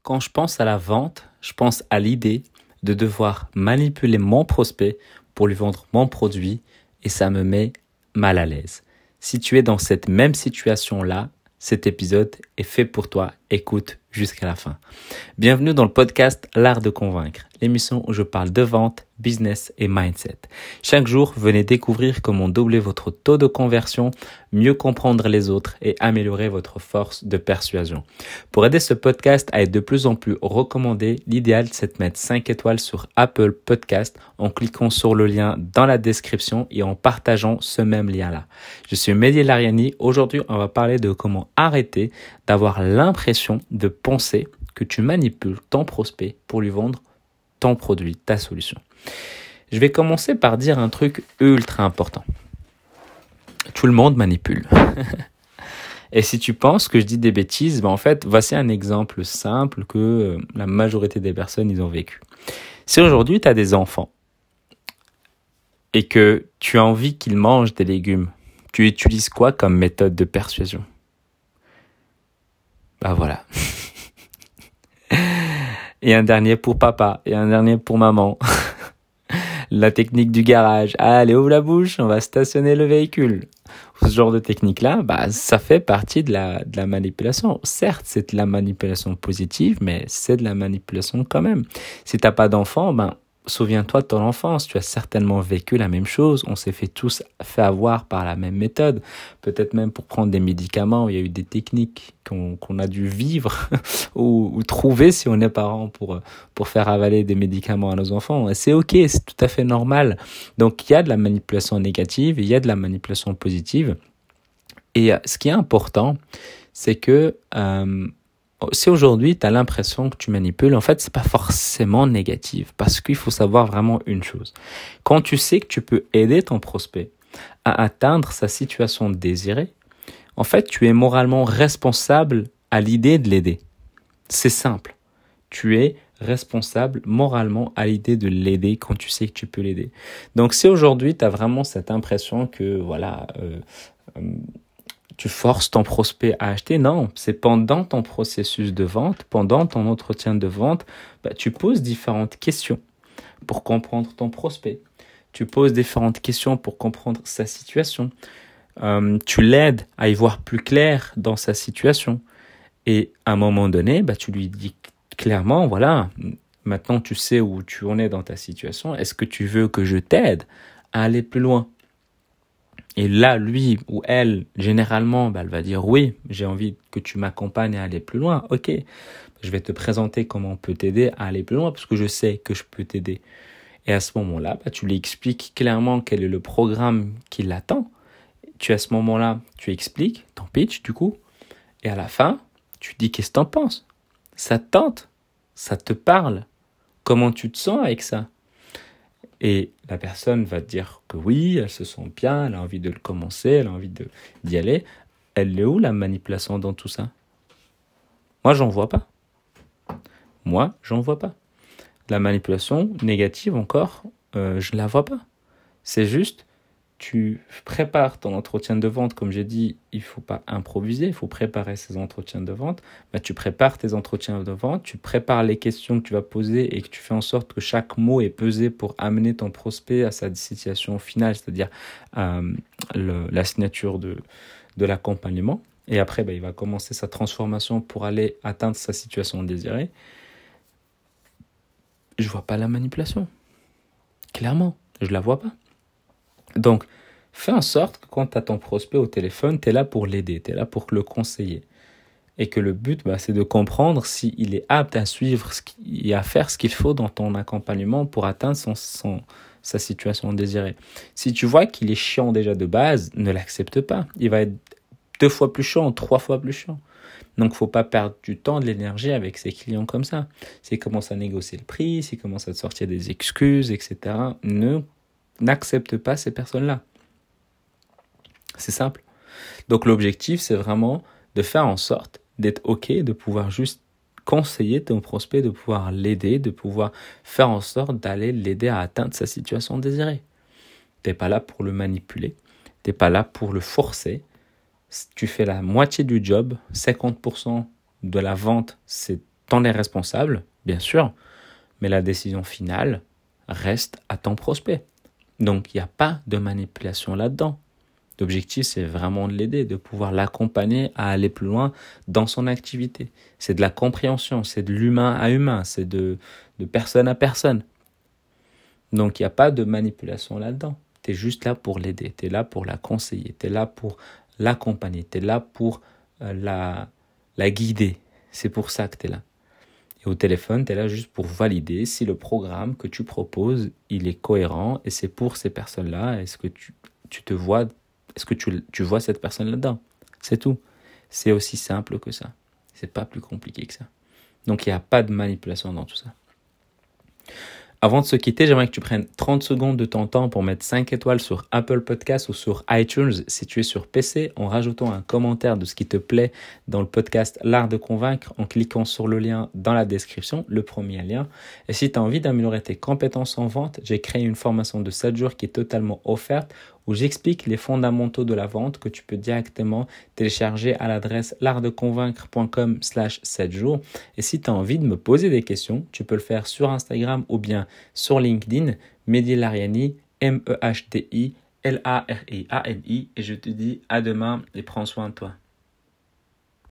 Quand je pense à la vente, je pense à l'idée de devoir manipuler mon prospect pour lui vendre mon produit et ça me met mal à l'aise. Si tu es dans cette même situation-là, cet épisode est fait pour toi. Écoute jusqu'à la fin. Bienvenue dans le podcast L'Art de Convaincre, l'émission où je parle de vente, business et mindset. Chaque jour, venez découvrir comment doubler votre taux de conversion, mieux comprendre les autres et améliorer votre force de persuasion. Pour aider ce podcast à être de plus en plus recommandé, l'idéal c'est de mettre 5 étoiles sur Apple Podcast en cliquant sur le lien dans la description et en partageant ce même lien-là. Je suis Mehdi Lariani. Aujourd'hui, on va parler de comment arrêter d'avoir l'impression de penser que tu manipules ton prospect pour lui vendre ton produit, ta solution. Je vais commencer par dire un truc ultra important. Tout le monde manipule. Et si tu penses que je dis des bêtises, en fait, voici un exemple simple que la majorité des personnes ils ont vécu. Si aujourd'hui tu as des enfants et que tu as envie qu'ils mangent des légumes, tu utilises quoi comme méthode de persuasion ? Voilà. Et un dernier pour papa, et un dernier pour maman. La technique du garage. Allez, ouvre la bouche, on va stationner le véhicule. Ce genre de technique-là, ça fait partie de la manipulation. Certes, c'est de la manipulation positive, mais c'est de la manipulation quand même. Si t'as pas d'enfant, souviens-toi de ton enfance, tu as certainement vécu la même chose, on s'est tous fait avoir par la même méthode, peut-être même pour prendre des médicaments, il y a eu des techniques qu'on a dû vivre ou trouver si on est parent pour faire avaler des médicaments à nos enfants. Et c'est ok, c'est tout à fait normal. Donc il y a de la manipulation négative, il y a de la manipulation positive. Et ce qui est important, c'est que si aujourd'hui tu as l'impression que tu manipules, en fait c'est pas forcément négatif, parce qu'il faut savoir vraiment une chose. Quand tu sais que tu peux aider ton prospect à atteindre sa situation désirée, en fait tu es moralement responsable à l'idée de l'aider. C'est simple. Tu es responsable moralement à l'idée de l'aider quand tu sais que tu peux l'aider. Donc si aujourd'hui tu as vraiment cette impression que tu forces ton prospect à acheter, non, c'est pendant ton processus de vente, pendant ton entretien de vente, tu poses différentes questions pour comprendre ton prospect. Tu poses différentes questions pour comprendre sa situation. Tu l'aides à y voir plus clair dans sa situation. Et à un moment donné, tu lui dis clairement, voilà, maintenant tu sais où tu en es dans ta situation. Est-ce que tu veux que je t'aide à aller plus loin ? Et là, lui ou elle, généralement, elle va dire oui, j'ai envie que tu m'accompagnes à aller plus loin. Ok, je vais te présenter comment on peut t'aider à aller plus loin parce que je sais que je peux t'aider. Et à ce moment-là, tu lui expliques clairement quel est le programme qui l'attend. À ce moment-là, tu expliques ton pitch du coup. Et à la fin, tu dis qu'est-ce que t'en penses ? Ça te tente ? Ça te parle ? Comment tu te sens avec ça ? Et la personne va te dire que oui, elle se sent bien, elle a envie de le commencer, elle a envie d'y aller. Elle est où la manipulation dans tout ça ? Moi, j'en vois pas. La manipulation négative encore, je la vois pas. C'est juste, tu prépares ton entretien de vente, comme j'ai dit, il faut pas improviser, il faut préparer ces entretiens de vente. Tu prépares tes entretiens de vente, tu prépares les questions que tu vas poser et que tu fais en sorte que chaque mot est pesé pour amener ton prospect à sa situation finale, c'est-à-dire la signature de l'accompagnement. Et après, il va commencer sa transformation pour aller atteindre sa situation désirée. Je vois pas la manipulation. Clairement, je la vois pas. Donc, fais en sorte que quand tu as ton prospect au téléphone, tu es là pour l'aider, tu es là pour le conseiller. Et que le but, c'est de comprendre s'il est apte à suivre et à faire ce qu'il faut dans ton accompagnement pour atteindre sa situation désirée. Si tu vois qu'il est chiant déjà de base, ne l'accepte pas. Il va être 2 fois plus chiant, 3 fois plus chiant. Donc, il ne faut pas perdre du temps, de l'énergie avec ses clients comme ça. S'il commence à négocier le prix, s'il commence à te sortir des excuses, etc., n'accepte pas ces personnes-là. C'est simple. Donc l'objectif, c'est vraiment de faire en sorte d'être OK, de pouvoir juste conseiller ton prospect, de pouvoir l'aider, de pouvoir faire en sorte d'aller l'aider à atteindre sa situation désirée. Tu n'es pas là pour le manipuler, tu n'es pas là pour le forcer. Tu fais la moitié du job, 50% de la vente, c'est T'en es responsable, bien sûr, mais la décision finale reste à ton prospect. Donc, il n'y a pas de manipulation là-dedans. L'objectif, c'est vraiment de l'aider, de pouvoir l'accompagner à aller plus loin dans son activité. C'est de la compréhension, c'est de l'humain à humain, c'est de personne à personne. Donc, il n'y a pas de manipulation là-dedans. Tu es juste là pour l'aider, tu es là pour la conseiller, tu es là pour l'accompagner, tu es là pour la guider. C'est pour ça que tu es là. Et au téléphone, tu es là juste pour valider si le programme que tu proposes, il est cohérent et c'est pour ces personnes-là. Est-ce que tu te vois, est-ce que tu vois cette personne là-dedans? C'est tout. C'est aussi simple que ça. C'est pas plus compliqué que ça. Donc, il n'y a pas de manipulation dans tout ça. Avant de se quitter, j'aimerais que tu prennes 30 secondes de ton temps pour mettre 5 étoiles sur Apple Podcasts ou sur iTunes si tu es sur PC en rajoutant un commentaire de ce qui te plaît dans le podcast L'Art de Convaincre en cliquant sur le lien dans la description, le premier lien. Et si tu as envie d'améliorer tes compétences en vente, j'ai créé une formation de 7 jours qui est totalement offerte où j'explique les fondamentaux de la vente que tu peux directement télécharger à l'adresse l'artdeconvaincre.com/7 jours. Et si tu as envie de me poser des questions, tu peux le faire sur Instagram ou bien sur LinkedIn, Mehdi Lariani, MEHDI LARIANI. Et je te dis à demain et prends soin de toi.